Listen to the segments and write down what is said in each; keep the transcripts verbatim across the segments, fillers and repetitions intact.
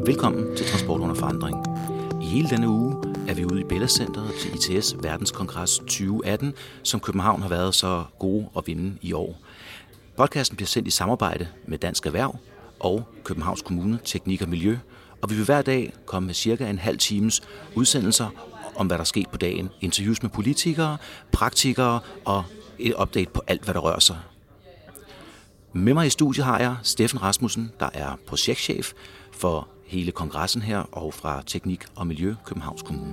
Velkommen til Transport under forandring. I hele denne uge er vi ude i Bella Centeret til I T S Verdenskongres tyve atten, som København har været så gode at vinde i år. Podcasten bliver sendt i samarbejde med Dansk Erhverv og Københavns Kommune, Teknik og Miljø, og vi vil hver dag komme med cirka en halv times udsendelser om, hvad der sker på dagen. Interviews med politikere, praktikere og et update på alt, hvad der rører sig. Med mig i studiet har jeg Steffen Rasmussen, der er projektchef for hele kongressen her og fra Teknik og Miljø, Københavns Kommune.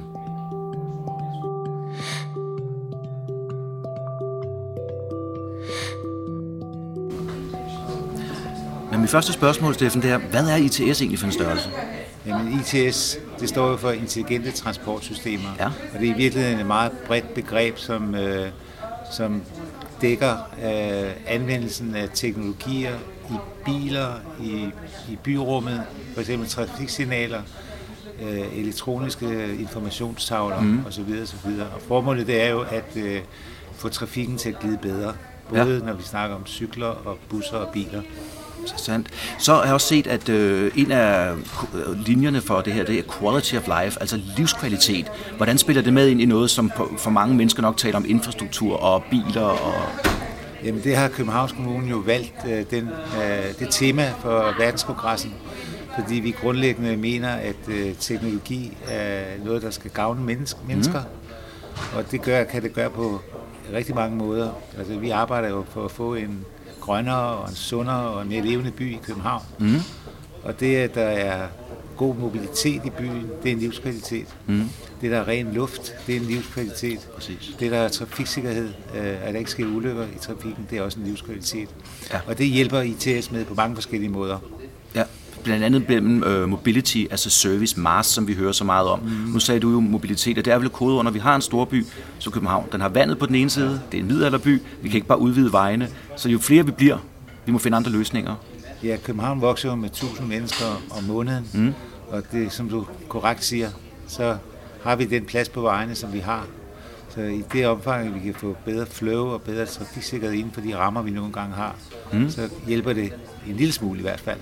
Men mit første spørgsmål, Steffen, det er, hvad er I T S egentlig for en størrelse? Jamen I T S, det står jo for intelligente transportsystemer, ja. Og det er i virkeligheden et meget bredt begreb, som, øh, som dækker øh, anvendelsen af teknologier i biler, i, i byrummet, for eksempel trafiksignaler, øh, elektroniske informationstavler mm. osv. osv. Og formålet det er jo at øh, få trafikken til at glide bedre, både ja. når vi snakker om cykler og busser og biler. Interessant. Så har jeg også set, at øh, en af linjerne for det her, det er quality of life, altså livskvalitet. Hvordan spiller det med ind i noget, som for mange mennesker nok taler om infrastruktur og biler? Og... Jamen det har Københavns Kommune jo valgt, øh, den, øh, det tema for verdenskongressen, fordi vi grundlæggende mener, at øh, teknologi er noget, der skal gavne menneske, mennesker, mm. og det gør, kan det gøre på rigtig mange måder. Altså vi arbejder jo for at få en grønnere og en sundere og en mere levende by i København. Mm. Og det, at der er god mobilitet i byen, det er en livskvalitet. Mm. Det, der er ren luft, det er en livskvalitet. Præcis. Det, der er trafiksikkerhed, at der ikke sker ulykker i trafikken, det er også en livskvalitet. Ja. Og det hjælper I T S med på mange forskellige måder. Ja, blandt andet gennem uh, Mobility as a Service, M A S, som vi hører så meget om. Mm. Nu sagde du jo mobilitet, og det er vel kodeord, når vi har en stor by som København. Den har vandet på den ene side, det er en middelalderby, vi kan ikke bare udvide vejene. Så jo flere vi bliver, vi må finde andre løsninger. Ja, København vokser jo med tusind mennesker om måneden, mm. og det, som du korrekt siger, så har vi den plads på vejene, som vi har. Så i det omfang, vi kan få bedre flow og bedre trafiksikkerhed inden for de rammer, vi nogle gange har, mm. så hjælper det en lille smule i hvert fald.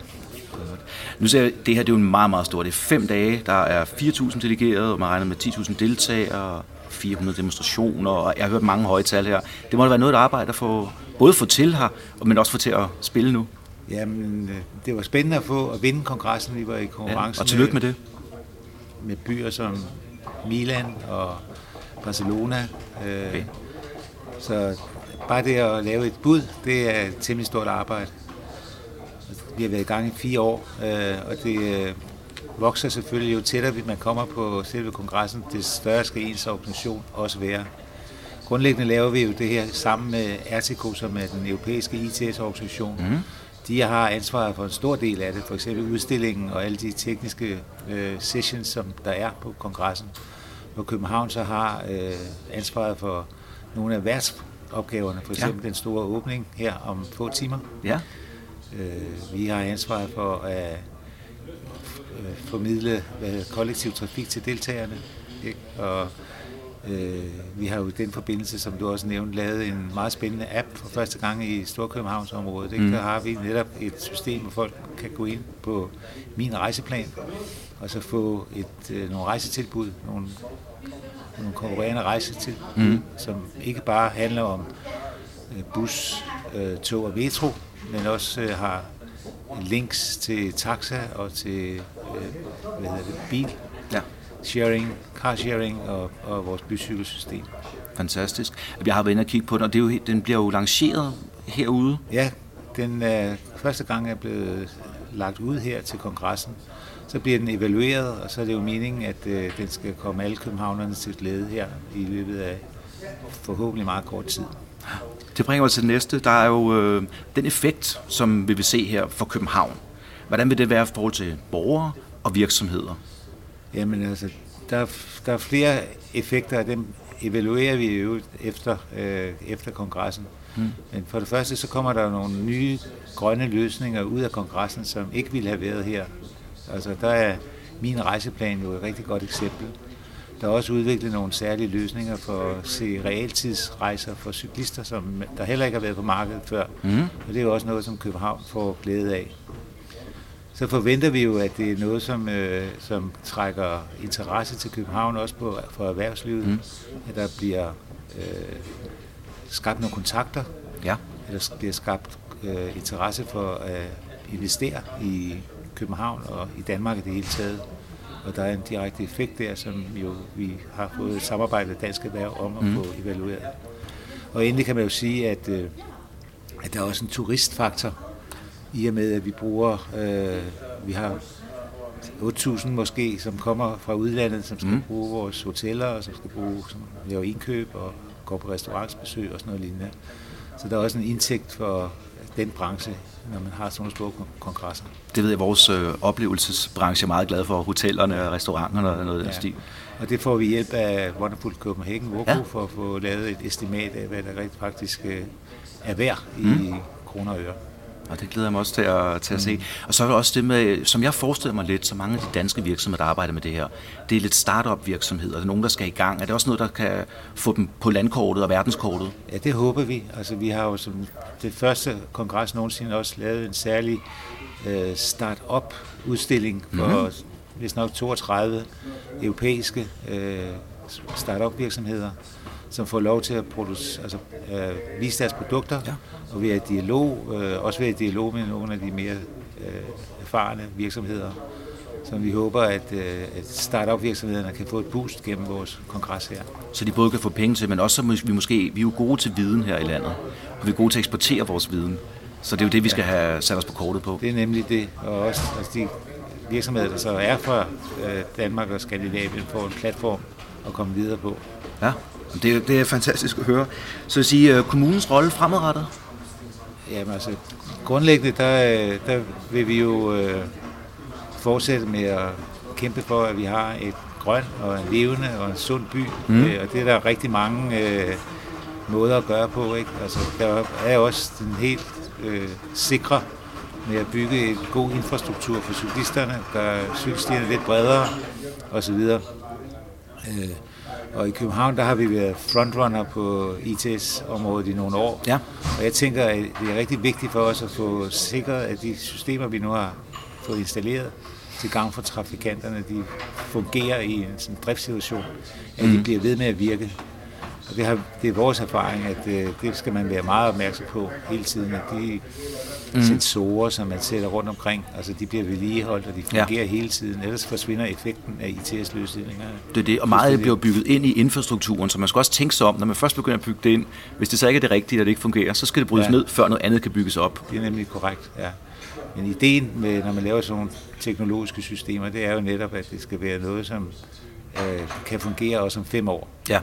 Nu ser jeg, det her det er jo en meget, meget stor. Det er fem dage, der er fire tusind delegerede, og man regner med ti tusind deltagere, fire hundrede demonstrationer, og jeg har hørt mange høje tal her. Det må da være noget, der arbejder for både få til her, men også få til at spille nu. Jamen, det var spændende at få at vinde kongressen. Vi var i konkurrence ja, og tillykke med det. Med byer som Milan og Barcelona. Okay. Så bare det at lave et bud, det er et temmelig stort arbejde. Vi har været i gang i fire år, og det vokser selvfølgelig jo tættere, man kommer på selve kongressen, det større skal ens organisation også være. Grundlæggende laver vi jo det her sammen med R T K, som er den europæiske I T S-organisation. Mm. De har ansvaret for en stor del af det, for eksempel udstillingen og alle de tekniske øh, sessions, som der er på kongressen. Hvor København så har øh, ansvaret for nogle af værtsopgaverne, for eksempel ja. den store åbning her om få timer. Ja. Øh, vi har ansvaret for at øh, formidle hvad, kollektiv trafik til deltagerne, ikke? Og øh, vi har jo i den forbindelse, som du også nævnte, lavet en meget spændende app for første gang i Storkøbenhavnsområdet. Mm. Der har vi netop et system, hvor folk kan gå ind på min rejseplan og så få et, øh, nogle rejsetilbud, nogle, nogle konkurrerende rejsetilbud, mm. som ikke bare handler om øh, bus, øh, tog og metro, men også øh, har links til taxa og til øh, hvad hedder det, bil, ja. sharing, car sharing og, og vores bycykelsystem. Fantastisk. Jeg har været inde og kigge på den, og det er jo, den bliver jo lanceret herude. Ja, den øh, første gang er blevet lagt ud her til kongressen. Så bliver den evalueret, og så er det jo meningen, at øh, den skal komme alle københavnerne til glæde her i løbet af forhåbentlig meget kort tid. Det bringer os til det næste. Der er jo øh, den effekt, som vi vil se her for København. Hvordan vil det være i forhold til borgere og virksomheder? Jamen altså, der, der er flere effekter, og dem evaluerer vi jo efter, øh, efter kongressen. Hmm. Men for det første, så kommer der nogle nye grønne løsninger ud af kongressen, som ikke ville have været her. Altså, der er min rejseplan jo et rigtig godt eksempel. Der er også udviklet nogle særlige løsninger for at se realtidsrejser for cyklister, som der heller ikke har været på markedet før. Mm. Og det er jo også noget, som København får glæde af. så forventer vi jo, at det er noget, som, øh, som trækker interesse til København, også på, for erhvervslivet. Mm. At der bliver øh, skabt nogle kontakter, ja. Eller bliver skabt øh, interesse for at investere i København og i Danmark i det hele taget. Og der er en direkte effekt der, som jo vi har fået et samarbejde med Dansk Erhverv om at mm. få evalueret. Og endelig kan man jo sige, at, øh, at der er også en turistfaktor, i og med at vi bruger, øh, vi har otte tusind måske, som kommer fra udlandet, som skal mm. bruge vores hoteller, og som skal bruge, som laver indkøb og går på restaurantsbesøg og sådan noget lignende. Så der er også en indtægt for den branche, når man har sådan nogle store kongresser. Det ved jeg, vores øh, oplevelsesbranche er meget glad for, hotellerne og restauranterne og noget af den stil. Og det får vi hjælp af Wonderful Copenhagen Voco ja. for at få lavet et estimat af, hvad der rigtig faktisk øh, er værd i mm. kroner og øre. Og det glæder jeg mig også til at, til at se. Og så er det også det med, som jeg forestiller mig lidt, så mange af de danske virksomheder, der arbejder med det her, det er lidt start-up virksomheder. Det er nogen, der skal i gang. Er det også noget, der kan få dem på landkortet og verdenskortet? Ja, det håber vi. Altså, vi har jo som det første kongres nogensinde også lavet en særlig øh, start-up udstilling for mm-hmm. hvis nok toogtredive europæiske øh, start-up virksomheder, som får lov til at producere, altså, øh, vise deres produkter, ja. Og vi er i dialog, øh, også ved i dialog med nogle af de mere øh, erfarne virksomheder, som vi håber, at, øh, at start-up virksomhederne kan få et boost gennem vores kongres her. Så de både kan få penge til, men også så vi måske, vi er jo gode til viden her i landet, og vi er gode til at eksportere vores viden. Så det er jo det, vi skal have sat os på kortet på. Det er nemlig det, og også altså de virksomheder, der så er fra øh, Danmark og Skandinavien, får en platform at komme videre på. Ja. Det, det er fantastisk at høre. Så at sige, uh, kommunens rolle fremadrettet? Jamen altså, grundlæggende, der, der vil vi jo øh, fortsætte med at kæmpe for, at vi har et grønt og en levende og en sund by. Mm. Øh, og det er der rigtig mange øh, måder at gøre på, ikke? Altså, der er også den helt øh, sikre med at bygge en god infrastruktur for cyklisterne, gøre cykelstierne lidt bredere osv. Øh, Og i København, der har vi været frontrunner på I T S-området i nogle år. Ja. Og jeg tænker, at det er rigtig vigtigt for os at få sikret, at de systemer, vi nu har fået installeret til gavn for trafikanterne, de fungerer i en sådan driftssituation, at de bliver ved med at virke. Og det, har, det er vores erfaring, at øh, det skal man være meget opmærksom på hele tiden, at de mm. sensorer, som man sætter rundt omkring, altså de bliver vedligeholdt, og de fungerer ja. hele tiden, ellers forsvinder effekten af I T S-løsninger. Det er det, og meget bliver bygget ind i infrastrukturen, så man skal også tænke sig om, når man først begynder at bygge det ind, hvis det så ikke er det rigtige, og det ikke fungerer, så skal det brydes ja. ned, før noget andet kan bygges op. Det er nemlig korrekt, ja. Men ideen med, når man laver sådan nogle teknologiske systemer, det er jo netop, at det skal være noget, som øh, kan fungere også om fem år. Ja.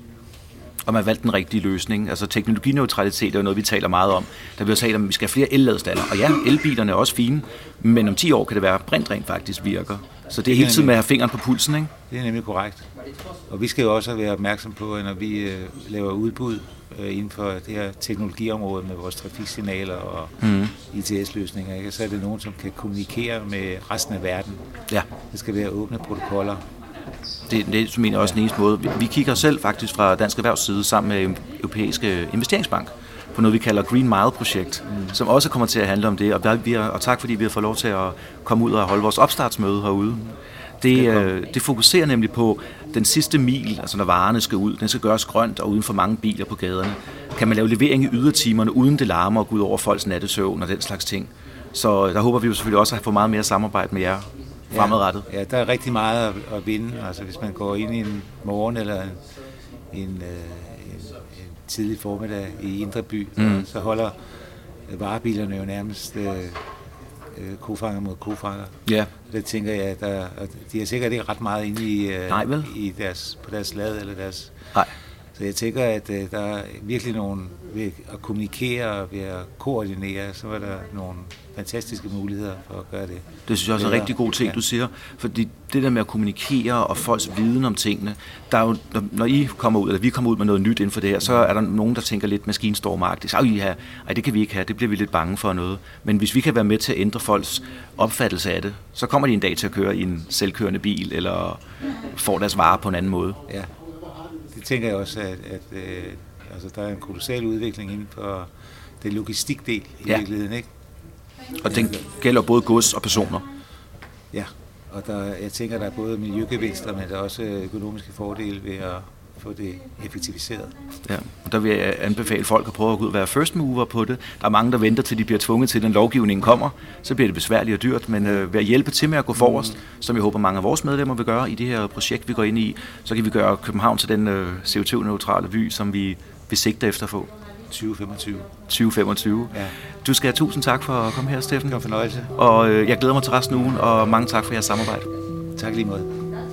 Og man har valgt den rigtige løsning. Altså teknologineutralitet er jo noget, vi taler meget om. Der bliver talt om, at vi skal have flere elladestander. Og ja, elbilerne er også fine, men om ti år kan det være, at brintrent faktisk virker. Så det er hele tiden med at have fingeren på pulsen, ikke? Det er nemlig korrekt. Og vi skal jo også være opmærksom på, at når vi øh, laver udbud øh, inden for det her teknologiområde med vores trafiksignaler og mm. I T S-løsninger, ikke? Så er det nogen, som kan kommunikere med resten af verden. Ja. Det skal være åbne protokoller. Det, det er mener også den eneste måde. Vi kigger selv faktisk fra Dansk Erhvervs side sammen med Europæiske Investeringsbank på noget, vi kalder Green Mile-projekt, mm. som også kommer til at handle om det. Og, der, vi har, og tak fordi vi har fået lov til at komme ud og holde vores opstartsmøde herude. Det, øh, det fokuserer nemlig på den sidste mil, altså når varerne skal ud. Den skal gøres grønt og uden for mange biler på gaderne. Kan man lave levering i ydertimerne, uden det larmer og gå ud over folks nattesøvn og den slags ting. Så der håber vi jo selvfølgelig også at få meget mere samarbejde med jer. Fremadrettet. Ja, ja, der er rigtig meget at, at vinde. Altså, hvis man går ind i en morgen eller en, en, en, en tidlig formiddag i Indre By, mm. så holder varebilerne jo nærmest øh, kofanger mod kofanger. Ja. Det tænker jeg, at der, at de har sikkert ikke ret meget inde i, øh, Nej, i deres, på deres lad eller deres... Nej. Så jeg tænker, at øh, der er virkelig nogle, ved at kommunikere og ved at koordinere, så er der nogle fantastiske muligheder for at gøre det. Det synes jeg også er en rigtig god ting, ja. Du siger. Fordi det der med at kommunikere og folks viden om tingene, der er jo, når I kommer ud, eller vi kommer ud med noget nyt inden for det her, så er der nogen, der tænker lidt maskinstormagtigt. Så I have, ej, det kan vi ikke have, det bliver vi lidt bange for noget. Men hvis vi kan være med til at ændre folks opfattelse af det, så kommer de en dag til at køre i en selvkørende bil, eller får deres varer på en anden måde. Ja. Det tænker jeg også, at, at øh, altså, der er en kolossal udvikling inden for den logistikdel i ja. virkeligheden, ikke? Og den gælder både gods og personer? Ja, og der, jeg tænker, der er både miljøgevinster, men der er også økonomiske fordele ved at få det effektiviseret. Ja, og der vil jeg anbefale folk at prøve at gå ud og være first mover på det. Der er mange, der venter til de bliver tvunget til, den lovgivning kommer. Så bliver det besværligt og dyrt, men øh, ved at hjælpe til med at gå forrest, mm. som jeg håber mange af vores medlemmer vil gøre i det her projekt, vi går ind i, så kan vi gøre København til den øh, C O to-neutrale by, som vi vil sigte efter at få. tyve femogtyve. tyve femogtyve. Ja. Du skal have tusind tak for at komme her, Steffen. Det var en fornøjelse. Og øh, jeg glæder mig til resten af ugen, og mange tak for jeres samarbejde. Tak lige måde.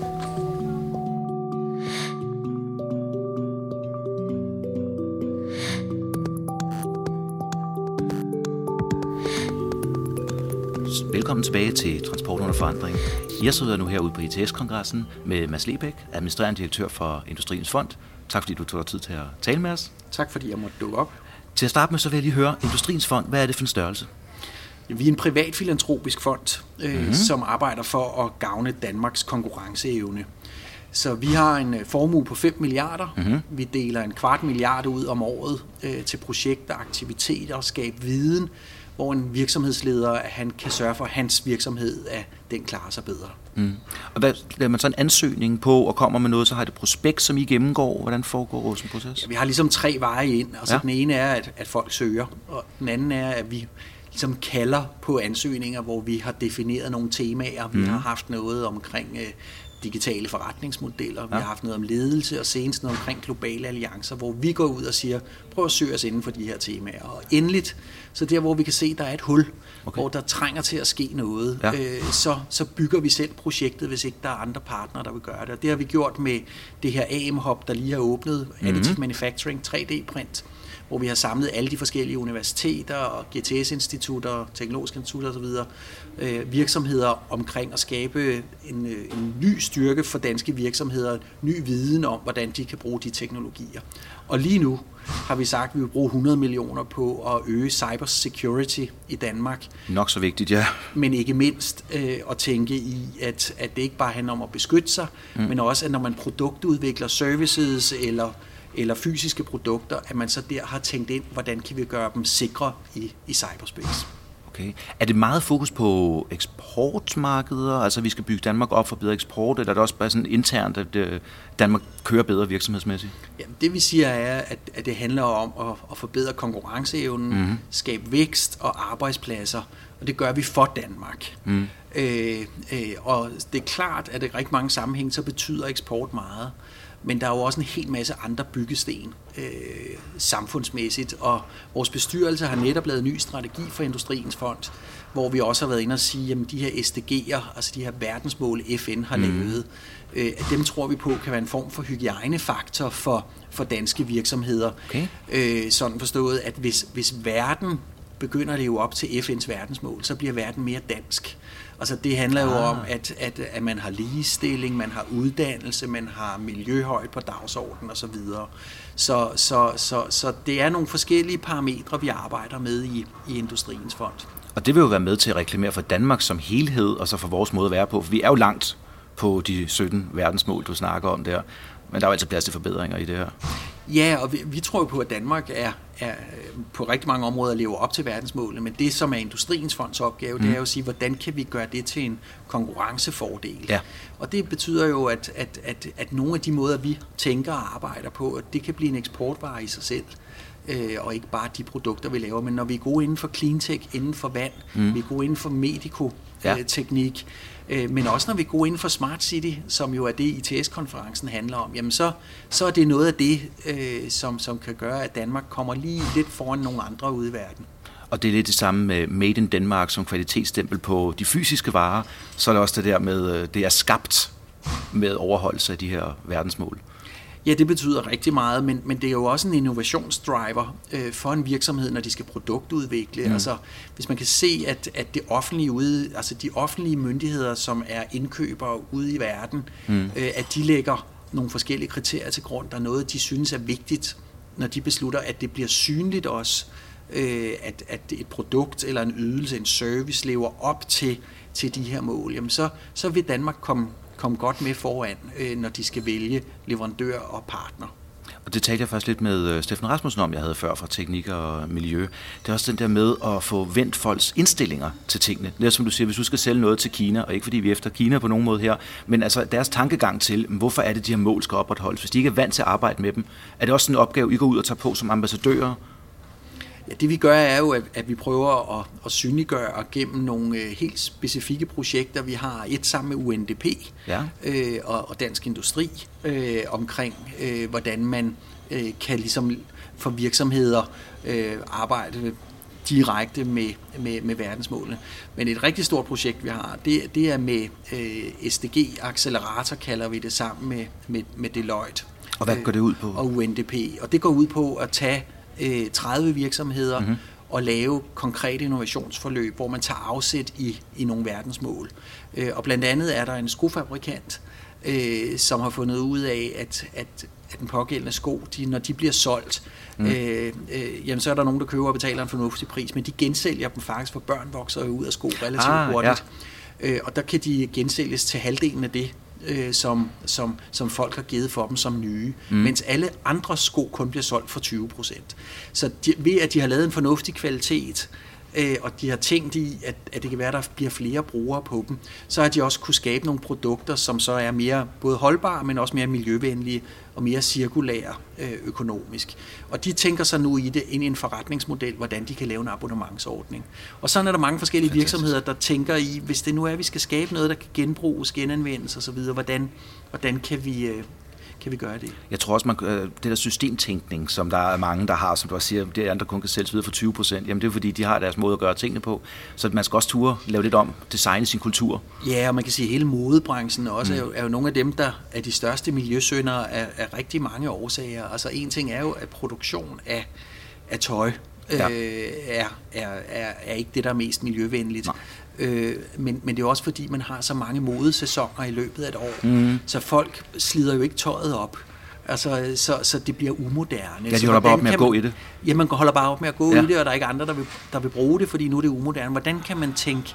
Velkommen tilbage til Transport under forandring. Jeg sidder nu herude på I T S-kongressen med Mads Lebæk, administrerende direktør for Industriens Fond. Tak fordi du tog dig tid til at tale med os. Tak fordi jeg måtte dukke op. Til at starte med, så vil jeg lige høre, Industriens Fond, hvad er det for en størrelse? Vi er en privat filantropisk fond, øh, mm-hmm. som arbejder for at gavne Danmarks konkurrenceevne. Så vi har en formue på fem milliarder. Mm-hmm. Vi deler en kvart milliard ud om året øh, til projekter, aktiviteter og skabe viden, hvor en virksomhedsleder han kan sørge for, at hans virksomhed at den klarer sig bedre. Mm. Og hvad lader man så en ansøgning på og kommer med noget, så har det prospekt, som I gennemgår? Hvordan foregår sådan en proces? Ja, vi har ligesom tre veje ind. Altså ja. Den ene er, at, at folk søger, og den anden er, at vi ligesom kalder på ansøgninger, hvor vi har defineret nogle temaer. Vi mm. har haft noget omkring øh, digitale forretningsmodeller, vi ja. har haft noget om ledelse, og senest noget omkring globale alliancer, hvor vi går ud og siger, prøv at søge os inden for de her temaer. Og endeligt, så der hvor vi kan se, der er et hul, okay. hvor der trænger til at ske noget, ja. øh, så, så bygger vi selv projektet, hvis ikke der er andre partnere, der vil gøre det. Og det har vi gjort med det her A M-hub, der lige har åbnet, mm-hmm. Additive Manufacturing tre D-print, hvor vi har samlet alle de forskellige universiteter og G T S-institutter, teknologiske institutter osv., øh, virksomheder omkring at skabe en, en ny styrke for danske virksomheder, ny viden om, hvordan de kan bruge de teknologier. Og lige nu har vi sagt, at vi vil bruge hundrede millioner på at øge cybersecurity i Danmark. Nok så vigtigt, ja. Men ikke mindst øh, at tænke i, at, at det ikke bare handler om at beskytte sig, mm. men også, at når man produktudvikler services eller eller fysiske produkter, at man så der har tænkt ind, hvordan kan vi gøre dem sikre i, i cyberspace. Okay. Er det meget fokus på eksportmarkeder? Altså, vi skal bygge Danmark op for bedre eksport, eller er det også bare sådan internt, at Danmark kører bedre virksomhedsmæssigt? Ja, det vi siger er, at, at det handler om at, at forbedre konkurrenceevnen, mm-hmm. skabe vækst og arbejdspladser, og det gør vi for Danmark. Mm. Øh, øh, og det er klart, at i rigtig mange sammenhæng, så betyder eksport meget. Men der er jo også en hel masse andre byggesten øh, samfundsmæssigt, og vores bestyrelse har netop lavet en ny strategi for Industriens Fond, hvor vi også har været inde og sige, at de her S D G'er, altså de her verdensmål, F N har mm. lavet, øh, at dem tror vi på kan være en form for hygiejnefaktor for, for danske virksomheder. Okay. Øh, sådan forstået, at hvis, hvis verden begynder at leve op til F N's verdensmål, så bliver verden mere dansk. Altså det handler jo ah. om, at, at, at man har ligestilling, man har uddannelse, man har miljøhøjt på dagsordenen osv. Så, så, så, så, så det er nogle forskellige parametre, vi arbejder med i, i Industriens Fond. Og det vil jo være med til at reklamere for Danmark som helhed, og så for vores måde at være på. For vi er jo langt på de sytten verdensmål, du snakker om der. Men der er jo altid plads til forbedringer i det her. Ja, og vi, vi tror jo på, at Danmark er, er på rigtig mange områder lever op til verdensmålene, men det, som er Industriens Fonds opgave, mm. det er jo at sige, hvordan kan vi gøre det til en konkurrencefordel? Ja. Og det betyder jo, at, at, at, at nogle af de måder, vi tænker og arbejder på, at det kan blive en eksportvare i sig selv, øh, og ikke bare de produkter, vi laver. Men når vi er gode inden for cleantech, inden for vand, mm. vi er gode inden for medico-teknik, ja. Men også når vi går ind for Smart City, som jo er det, I T S-konferencen handler om, jamen så, så er det noget af det, øh, som, som kan gøre, at Danmark kommer lige lidt foran nogle andre ude i verden. Og det er lidt det samme med Made in Denmark som kvalitetsstempel på de fysiske varer, så er det også det der med, det er skabt med overholdelse af de her verdensmål. Ja, det betyder rigtig meget, men, men det er jo også en innovationsdriver øh, for en virksomhed, når de skal produktudvikle. Mm. Altså, hvis man kan se, at, at det offentlige ude, altså de offentlige myndigheder, som er indkøbere ude i verden, mm. øh, at de lægger nogle forskellige kriterier til grund. Der er noget, de synes er vigtigt, når de beslutter, at det bliver synligt også, øh, at, at et produkt eller en ydelse, en service lever op til, til de her mål. Jamen, så, så vil Danmark komme komme godt med foran, øh, når de skal vælge leverandør og partner. Og Og det talte jeg faktisk lidt med Steffen Rasmussen om, jeg havde før fra Teknik og Miljø. Det er også den der med at få vendt folks indstillinger til tingene. Det er som du siger, hvis du skal sælge noget til Kina, og ikke fordi vi er efter Kina på nogen måde her, men altså deres tankegang til, hvorfor er det, de her mål skal opretholdes? Hvis de ikke er vant til at arbejde med dem, er det også en opgave, I går ud og tager på som ambassadører? Ja, det vi gør er jo, at, at vi prøver at, at synliggøre gennem nogle øh, helt specifikke projekter. Vi har et sammen med U N D P ja. øh, og, og Dansk Industri øh, omkring, øh, hvordan man øh, kan ligesom for virksomheder øh, arbejde direkte med, med, med verdensmålene. Men et rigtig stort projekt, vi har, det, det er med øh, S D G Accelerator, kalder vi det, sammen med, med, med Deloitte. Og hvad går det ud på? Og U N D P. Og det går ud på at tage tredive virksomheder mm-hmm. og lave konkrete innovationsforløb, hvor man tager afsæt i, i nogle verdensmål. Og blandt andet er der en skofabrikant, øh, som har fundet ud af, at, at, at den pågældende sko, de, når de bliver solgt, mm. øh, øh, jamen, så er der nogen, der køber og betaler en fornuftig pris, men de gensælger dem faktisk, for børn vokser ud af sko relativt ah, hurtigt. Ja. Øh, og der kan de gensælges til halvdelen af det, Øh, som, som, som folk har givet for dem som nye, mm. mens alle andre sko kun bliver solgt for tyve procent. Så de, ved at de har lavet en fornuftig kvalitet, øh, og de har tænkt i, at, at det kan være, at der bliver flere brugere på dem, så har de også kunne skabe nogle produkter, som så er mere både holdbare, men også mere miljøvenlige og mere cirkulære øh, økonomisk. Og de tænker sig nu i det ind i en forretningsmodel, hvordan de kan lave en abonnementsordning. Og sådan er der mange forskellige Fantastisk. virksomheder, der tænker i, hvis det nu er, at vi skal skabe noget, der kan genbruges, genanvendes osv., hvordan, hvordan kan vi... Øh, kan vi gøre det? Jeg tror også, man, det der systemtænkning, som der er mange, der har, som du også siger, det er andre kun kan sælges videre for tyve procent, jamen det er fordi, de har deres måde at gøre tingene på, så man skal også ture lave lidt om, designe sin kultur. Ja, og man kan sige, at hele modebranchen også mm. er, jo, er jo nogle af dem, der er de største miljøsyndere af, af rigtig mange årsager. Altså en ting er jo, at produktion af, af tøj ja. øh, er, er, er, er ikke det, der er mest miljøvenligt. Øh, men, men det er også fordi, man har så mange modesæsoner i løbet af et år, mm. så folk slider jo ikke tøjet op. Altså, så, så det bliver umoderne. Ja, de holder bare op med at gå man, i det. Ja, man holder bare op med at gå ja. i det, og der er ikke andre, der vil, der vil bruge det, fordi nu er det umoderne. Hvordan kan man tænke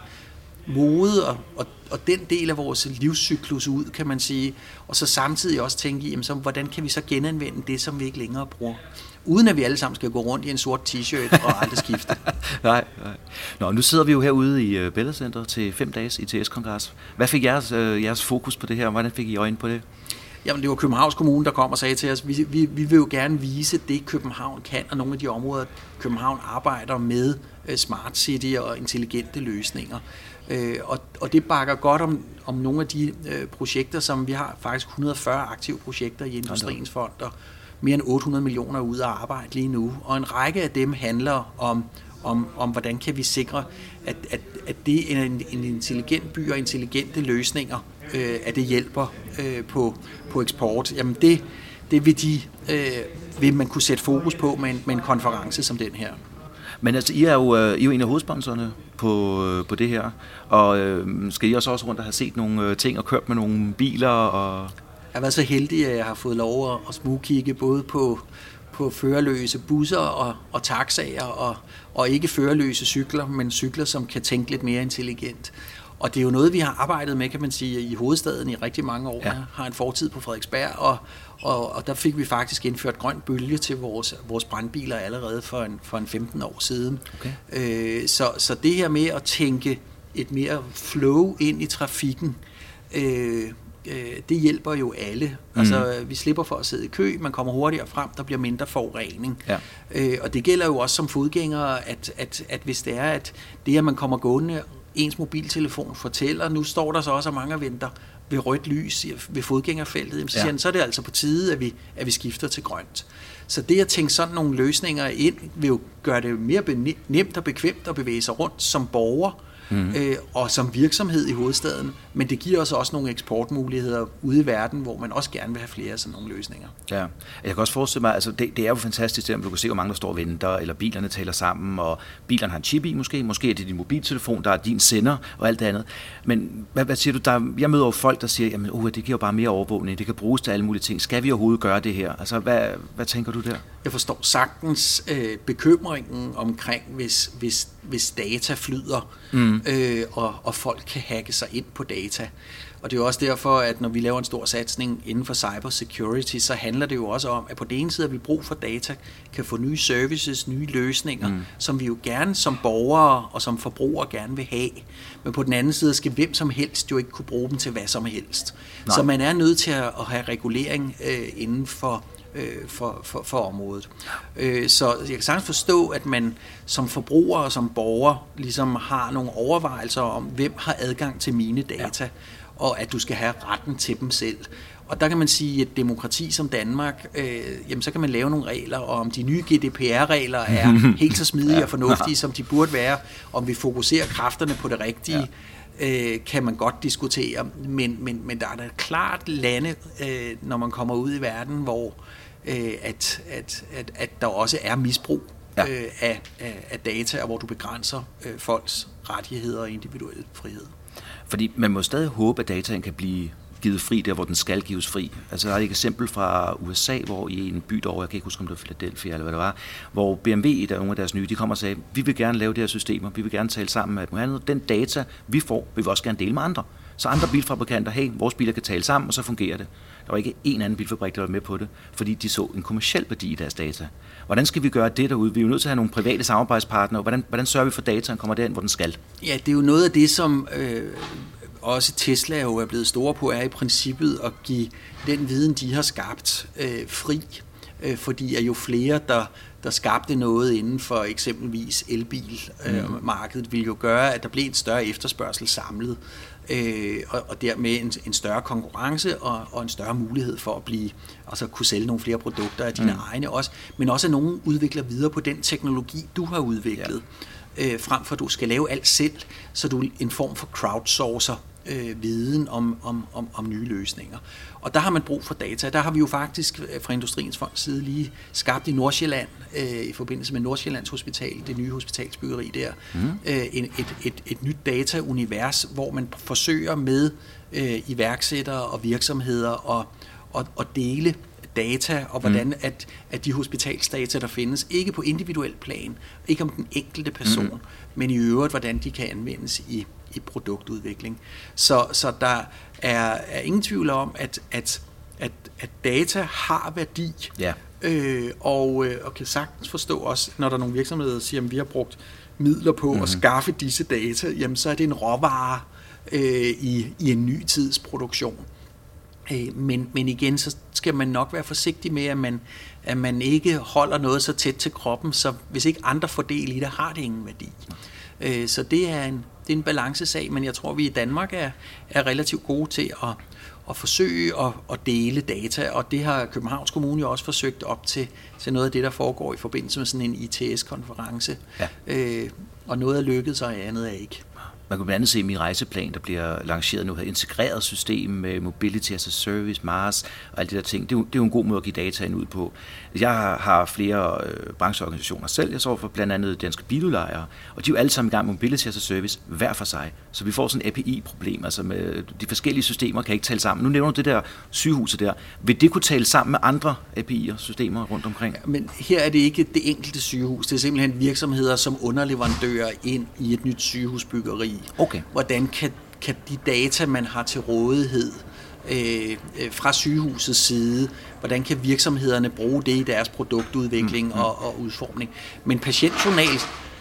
mode og, og, og den del af vores livscyklus ud, kan man sige, og så samtidig også tænke i, jamen, så, hvordan kan vi så genanvende det, som vi ikke længere bruger? Uden at vi alle sammen skal gå rundt i en sort t-shirt og aldrig skifte. nej, nej. Nå, nu sidder vi jo herude i uh, Bella Center til fem dages I T S-kongres. Hvad fik jeres, uh, jeres fokus på det her? Hvordan fik I øjne på det? Jamen, det var Københavns Kommune, der kom og sagde til os, vi, vi, vi vil jo gerne vise det, København kan, og nogle af de områder, København arbejder med uh, Smart City og intelligente løsninger. Uh, og, og det bakker godt om, om nogle af de uh, projekter, som vi har faktisk et hundrede og fyrre aktive projekter i Industriens Fond, og mere end otte hundrede millioner ude at arbejde lige nu. Og en række af dem handler om, om, om hvordan kan vi sikre, at, at, at det er en, en intelligent by og intelligente løsninger, øh, at det hjælper øh, på, på eksport. Jamen det, det vil, de, øh, vil man kunne sætte fokus på med en, med en konference som den her. Men altså, I er jo, I er jo en af hovedsponsorerne på, på det her, og øh, skal I også også rundt og have set nogle ting og kørt med nogle biler? Og jeg har været så heldig, at jeg har fået lov at, at smugkigge både på, på førerløse busser og, og taxaer, og, og ikke førerløse cykler, men cykler, som kan tænke lidt mere intelligent. Og det er jo noget, vi har arbejdet med, kan man sige, i hovedstaden i rigtig mange år. Ja. Jeg har en fortid på Frederiksberg, og, og, og der fik vi faktisk indført grøn bølge til vores, vores brandbiler allerede for en, for en femten år siden. Okay. Øh, så, så det her med at tænke et mere flow ind i trafikken, øh, det hjælper jo alle. Altså, mm. vi slipper for at sidde i kø, man kommer hurtigere frem, der bliver mindre forurening. Ja. Øh, og det gælder jo også som fodgængere, at, at, at hvis det er, at det, at man kommer gående, ens mobiltelefon fortæller, nu står der så også, at mange venter ved rødt lys ved fodgængerfeltet, så, ja. siger, så er det altså på tide, at vi, at vi skifter til grønt. Så det at tænke sådan nogle løsninger ind, vil jo gøre det mere nemt og bekvemt at bevæge sig rundt som borger, Mm. Øh, og som virksomhed i hovedstaden, men det giver os også nogle eksportmuligheder ude i verden, hvor man også gerne vil have flere af sådan nogle løsninger. Ja, jeg kan også forestille mig, altså det, det er jo fantastisk, at du kan se, hvor mange der står og venter, eller bilerne taler sammen, og bilerne har en chip i måske, måske er det din mobiltelefon, der er din sender og alt det andet. Men hvad, hvad siger du, der, jeg møder jo folk, der siger, jamen uh, det giver jo bare mere overvågning, det kan bruges til alle mulige ting. Skal vi overhovedet gøre det her? Altså, hvad, hvad tænker du der? Jeg forstår sagtens øh, bekymringen omkring, hvis, hvis, hvis data flyder, mm. øh, og, og folk kan hacke sig ind på data. data. Og det er jo også derfor, at når vi laver en stor satsning inden for cybersecurity, så handler det jo også om, at på den ene side, at vi brug for data, kan få nye services, nye løsninger, mm. som vi jo gerne som borgere og som forbrugere gerne vil have. Men på den anden side skal hvem som helst jo ikke kunne bruge dem til hvad som helst. Nej. Så man er nødt til at have regulering øh, inden for For, for, for området. Så jeg kan sagtens forstå, at man som forbruger og som borger ligesom har nogle overvejelser om, hvem har adgang til mine data, ja. Og at du skal have retten til dem selv. Og der kan man sige, at et demokrati som Danmark, øh, jamen så kan man lave nogle regler, og om de nye G D P R-regler er helt så smidige ja. Og fornuftige, som de burde være, om vi fokuserer kræfterne på det rigtige, ja. øh, kan man godt diskutere. Men, men, men der er da klart lande, øh, når man kommer ud i verden, hvor At, at, at, at der også er misbrug ja. øh, af, af, af data, og hvor du begrænser øh, folks rettigheder og individuelle frihed. Fordi man må stadig håbe, at dataen kan blive givet fri der, hvor den skal gives fri. Altså der er et eksempel fra U S A, hvor i en by derovre, jeg kan ikke huske, om det var Philadelphia eller hvad det var, hvor B M W, der er nogle af deres nye, de kommer og sagde, vi vil gerne lave de her systemer, vi vil gerne tale sammen med dem andet. Den data, vi får, vil vi også gerne dele med andre. Så andre bilfabrikanter, hey, vores biler kan tale sammen, og så fungerer det. Der var ikke en anden bilfabrik, der var med på det, fordi de så en kommerciel værdi i deres data. Hvordan skal vi gøre det derude? Vi er jo nødt til at have nogle private samarbejdspartnere. Hvordan, hvordan sørger vi for, at dataen kommer derind, hvor den skal? Ja, det er jo noget af det, som øh, også Tesla jo er blevet store på, er i princippet at give den viden, de har skabt, øh, fri. Øh, fordi at jo flere, der, der skabte noget inden for eksempelvis elbilmarkedet, øh, ville jo gøre, at der blev en større efterspørgsel samlet. Øh, og, og dermed en, en større konkurrence og, og en større mulighed for at blive, altså kunne sælge nogle flere produkter af dine mm. egne også, men også at nogen udvikler videre på den teknologi, du har udviklet, ja. øh, frem for at du skal lave alt selv, så du er en form for crowdsourcer øh, viden om, om, om, om nye løsninger. Og der har man brug for data. Der har vi jo faktisk fra Industriens Fonds side lige skabt i Nordsjælland, øh, i forbindelse med Nordsjællands Hospital, det nye hospitalsbyggeri der, mm. øh, et, et, et, et nyt dataunivers, hvor man forsøger med øh, iværksættere og virksomheder og, og, og dele data, og hvordan mm. at, at de hospitalsdata, der findes, ikke på individuel plan, ikke om den enkelte person, mm. men i øvrigt, hvordan de kan anvendes i, i produktudvikling. Så, så der er, er ingen tvivl om, at, at, at, at data har værdi, ja. øh, og, og kan sagtens forstå også, når der er nogle virksomheder, der siger, at vi har brugt midler på mm. at skaffe disse data, jamen så er det en råvare øh, i, i en ny tids produktion. Men, men igen, så skal man nok være forsigtig med, at man, at man ikke holder noget så tæt til kroppen, så hvis ikke andre får del i det, har det ingen værdi. Så det er en, det er en balancesag, men jeg tror, vi i Danmark er, er relativt gode til at, at forsøge at, at dele data, og det har Københavns Kommune jo også forsøgt op til, til noget af det, der foregår i forbindelse med sådan en I T S-konference. Ja. Øh, og noget er lykkedes, og andet er ikke. Man kan blandt andet se i min rejseplan, der bliver lanceret nu, et integreret system med Mobility as a Service, Mars og alle de der ting. Det er, jo, det er jo en god måde at give dataen ud på. Jeg har flere øh, brancheorganisationer selv. Jeg så for blandt andet Danske Biludlejere, og de er jo alle sammen i gang med Mobility as a Service hver for sig. Så vi får sådan et A P I-problem, altså med de forskellige systemer kan ikke tale sammen. Nu nævner du det der sygehuset der. Vil det kunne tale sammen med andre A P I'er, systemer rundt omkring? Men her er det ikke det enkelte sygehus. Det er simpelthen virksomheder som underleverandører ind i et nyt sygehusbyggeri. Okay. Hvordan kan, kan de data, man har til rådighed øh, fra sygehusets side, hvordan kan virksomhederne bruge det i deres produktudvikling mm-hmm. og, og udformning. Men patientjournal,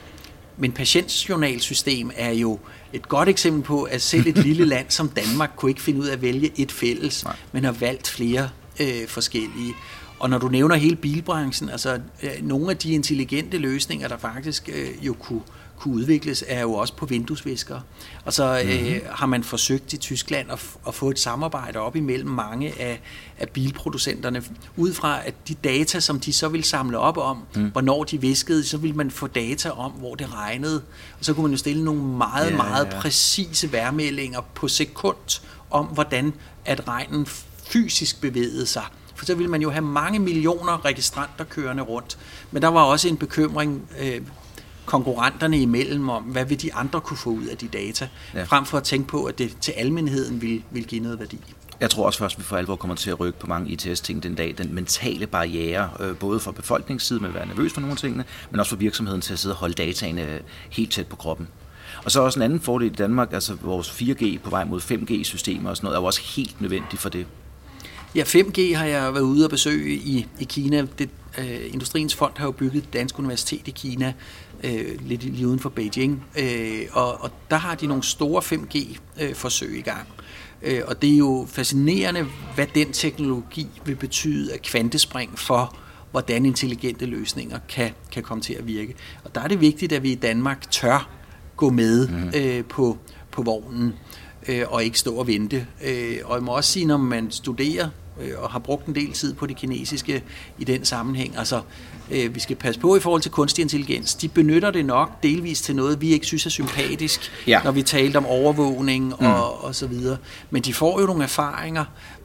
men patientjournalsystem er jo et godt eksempel på, at selv et lille land som Danmark kunne ikke finde ud af at vælge et fælles, Nej. men har valgt flere øh, forskellige. Og når du nævner hele bilbranchen, altså øh, nogle af de intelligente løsninger, der faktisk øh, jo kunne kunne udvikles, er jo også på vinduesviskere. Og så mm-hmm. øh, har man forsøgt i Tyskland at, f- at få et samarbejde op imellem mange af, af bilproducenterne, ud fra at de data, som de så ville samle op om, mm. hvornår de viskede, så ville man få data om, hvor det regnede. Og så kunne man jo stille nogle meget, yeah, meget yeah. præcise vejrmeldinger på sekund om, hvordan at regnen fysisk bevægede sig. For så ville man jo have mange millioner registranter kørende rundt. Men der var også en bekymring øh, konkurrenterne imellem om, hvad vil de andre kunne få ud af de data, ja. frem for at tænke på, at det til almenheden vil, vil give noget værdi. Jeg tror også først, at vi for alvor kommer til at rykke på mange I T S-ting den dag. Den mentale barriere, øh, både for befolkningssiden med at være nervøs for nogle tingene, men også for virksomheden til at sidde og holde dataene helt tæt på kroppen. Og så også en anden fordel i Danmark, altså vores fire G på vej mod fem G-systemer og sådan noget, er jo også helt nødvendigt for det. Ja, fem G har jeg været ude og besøge i, i Kina. Det, øh, Industriens Fond har jo bygget et dansk universitet i Kina, øh, lidt lige uden for Beijing, øh, og, og der har de nogle store fem G-forsøg i gang. Øh, og det er jo fascinerende, hvad den teknologi vil betyde af kvantespring for, hvordan intelligente løsninger kan, kan komme til at virke. Og der er det vigtigt, at vi i Danmark tør gå med mm. øh, på, på vognen, øh, og ikke stå og vente. Øh, og jeg må også sige, når man studerer øh, og har brugt en del tid på det kinesiske i den sammenhæng, altså øh, vi skal passe på i forhold til kunstig intelligens. De benytter det nok delvis til noget, vi ikke synes er sympatisk, ja. Når vi talte om overvågning og, mm. og så videre. Men de får jo nogle erfaringer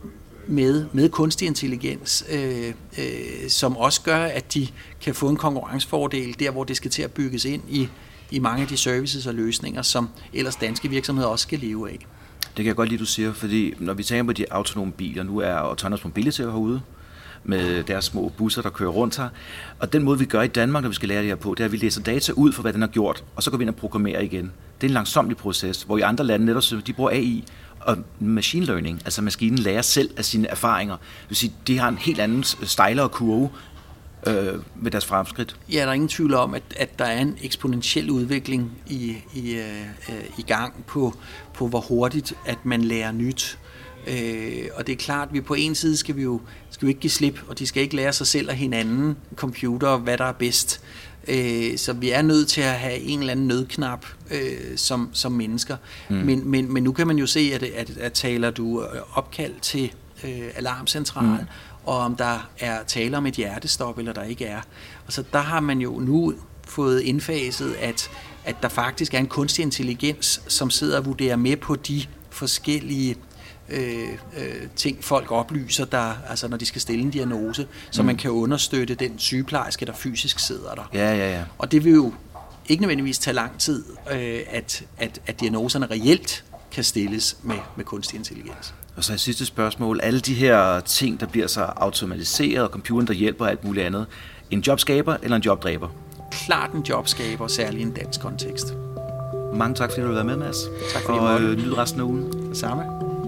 med, med kunstig intelligens, øh, øh, som også gør, at de kan få en konkurrencefordel der, hvor det skal til at bygges ind i, i mange af de services og løsninger, som ellers danske virksomheder også skal leve af. Det kan jeg godt lide, du siger, fordi når vi tænker på de autonome biler, nu er Autonomous Mobility herude, med deres små busser, der kører rundt her. Og den måde, vi gør i Danmark, når vi skal lære det her på, det er, at vi læser data ud for, hvad den har gjort, og så går vi ind og programmerer igen. Det er en langsomlig proces, hvor i andre lande netop, de bruger A I og machine learning, altså maskinen lærer selv af sine erfaringer. Det vil sige, de har en helt anden stejlere kurve øh, med deres fremskridt. Ja, der er ingen tvivl om, at, at der er en eksponentiel udvikling i, i, øh, i gang på, på, hvor hurtigt at man lærer nyt. Øh, og det er klart, at vi på en side skal vi jo skal vi ikke give slip, og de skal ikke lære sig selv og hinanden, computer, hvad der er bedst. Øh, så vi er nødt til at have en eller anden nødknap øh, som, som mennesker. Mm. Men, men, men nu kan man jo se, at, at, at taler du opkald til øh, alarmcentralen, mm. og om der er tale om et hjertestop, eller der ikke er. Og så der har man jo nu fået indfaset, at, at der faktisk er en kunstig intelligens, som sidder og vurderer med på de forskellige Øh, øh, ting, folk oplyser, der, altså når de skal stille en diagnose, så mm. man kan understøtte den sygeplejerske, der fysisk sidder der. Ja, ja, ja. Og det vil jo ikke nødvendigvis tage lang tid, øh, at, at, at diagnoserne reelt kan stilles med, med kunstig intelligens. Og så et sidste spørgsmål. Alle de her ting, der bliver så automatiseret, og computeren, der hjælper og alt muligt andet. En jobskaber eller en jobdræber? Klart en jobskaber, særligt i en dansk kontekst. Mange tak, fordi du har været med, Mads. Tak fordi og øh, nyd resten af ugen. Det samme.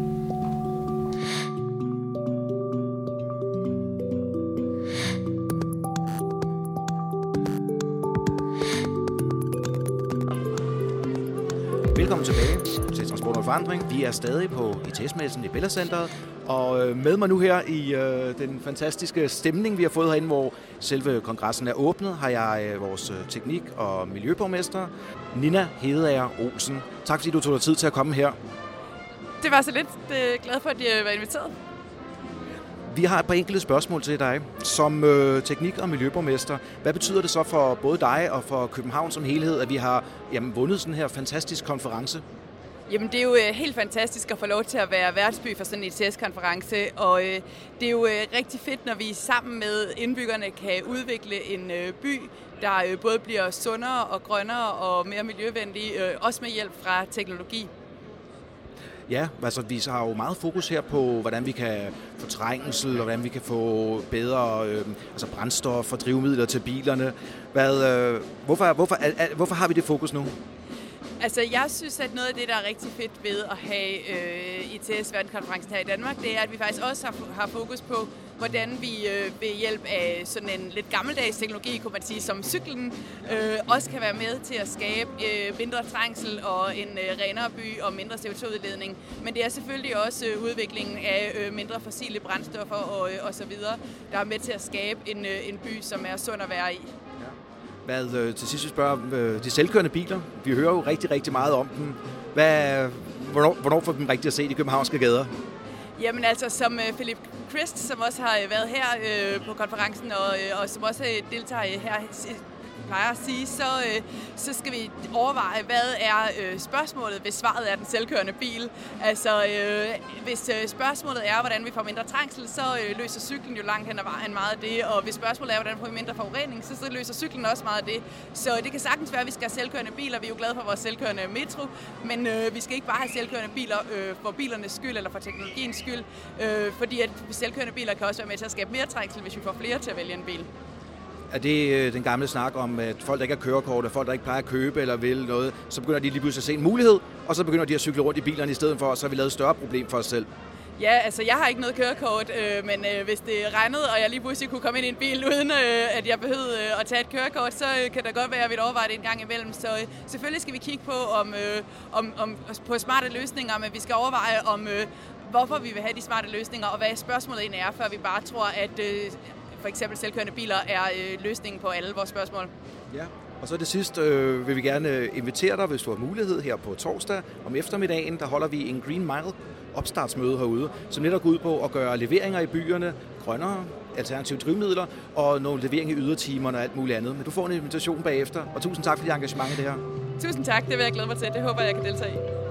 Velkommen tilbage til Transport og Forandring. Vi er stadig på I T S-messen i Bella Centeret, og med mig nu her i øh, den fantastiske stemning, vi har fået herinde, hvor selve kongressen er åbnet, har jeg øh, vores teknik- og miljøborgmester, Nina Hedeager Olsen. Tak fordi du tog dig tid til at komme her. Det var så lidt. Jeg er glad for, at I var inviteret. Vi har et par enkelte spørgsmål til dig. Som øh, teknik- og miljøborgmester, hvad betyder det så for både dig og for København som helhed, at vi har jamen, vundet sådan her fantastisk konference? Jamen, det er jo øh, helt fantastisk at få lov til at være værtsby for sådan en I T S-konference, og øh, det er jo øh, rigtig fedt, når vi sammen med indbyggerne kan udvikle en øh, by, der øh, både bliver sundere og grønnere og mere miljøvenlig, øh, også med hjælp fra teknologi. Ja, altså vi har jo meget fokus her på, hvordan vi kan få trængsel, og hvordan vi kan få bedre øh, altså brændstof og drivmidler til bilerne. Hvad, øh, hvorfor, hvorfor, er, hvorfor har vi det fokus nu? Altså, jeg synes, at noget af det, der er rigtig fedt ved at have øh, I T S-verdenskonferencen her i Danmark, det er, at vi faktisk også har, har fokus på, hvordan vi øh, ved hjælp af sådan en lidt gammeldags teknologi, kunne man sige, som cyklen, øh, også kan være med til at skabe øh, mindre trængsel og en øh, renere by og mindre C O to udledning. Men det er selvfølgelig også øh, udviklingen af øh, mindre fossile brændstoffer og, øh, og så videre, der er med til at skabe en, øh, en by, som er sund at være i. Hvad, øh, til sidst vi spørger øh, de selvkørende biler. Vi hører jo rigtig, rigtig meget om dem. Hvad, hvornår, hvornår får dem rigtig at se i de københavnske gader? Jamen altså, som uh, Philip Christ, som også har været her uh, på konferencen, og, uh, og som også deltager her, plejer at sige, så, uh, så skal vi overveje, hvad er uh, spørgsmålet, hvis svaret er den selvkørende bil. Altså, uh, hvis uh, spørgsmålet er, hvordan vi får mindre trængsel, så uh, løser cyklen jo langt hen ad vejen meget af det, og hvis spørgsmålet er, hvordan får vi mindre forurening, så, så løser cyklen også meget af det. Så det kan sagtens være, at vi skal have selvkørende biler. Vi er jo glade for vores selvkørende metro, men uh, vi skal ikke bare have selvkørende biler uh, for bilernes skyld eller for teknologiens skyld, uh, fordi at selvkørende biler kan også være med til at skabe mere trængsel, hvis vi får flere til at vælge en bil. er det den gamle snak om, at folk, der ikke har kørekort, og folk, der ikke plejer at købe eller vil noget, så begynder de lige pludselig at se en mulighed, og så begynder de at cykle rundt i bilerne i stedet for, og så har vi lavet et større problem for os selv. Ja, altså jeg har ikke noget kørekort, øh, men øh, hvis det regnede, og jeg lige pludselig kunne komme ind i en bil, uden øh, at jeg behøvede øh, at tage et kørekort, så øh, kan det godt være, at jeg vil overveje det en gang imellem. Så øh, selvfølgelig skal vi kigge på, om, øh, om, om, på smarte løsninger, men vi skal overveje, om øh, hvorfor vi vil have de smarte løsninger, og hvad spørgsmålet egentlig er, før vi bare tror, at øh, for eksempel selvkørende biler er øh, løsningen på alle vores spørgsmål. Ja. Og så det sidste øh, vil vi gerne invitere dig, hvis du har mulighed, her på torsdag om eftermiddagen. Der holder vi en Green Mile opstartsmøde herude, som netop går ud på at gøre leveringer i byerne grønnere, alternative drivmidler og nogle leveringer i ydertimerne og alt muligt andet. Men du får en invitation bagefter, og tusind tak for dit engagement i det her. Tusind tak, det vil jeg glæde mig til. Det håber jeg, jeg kan deltage i.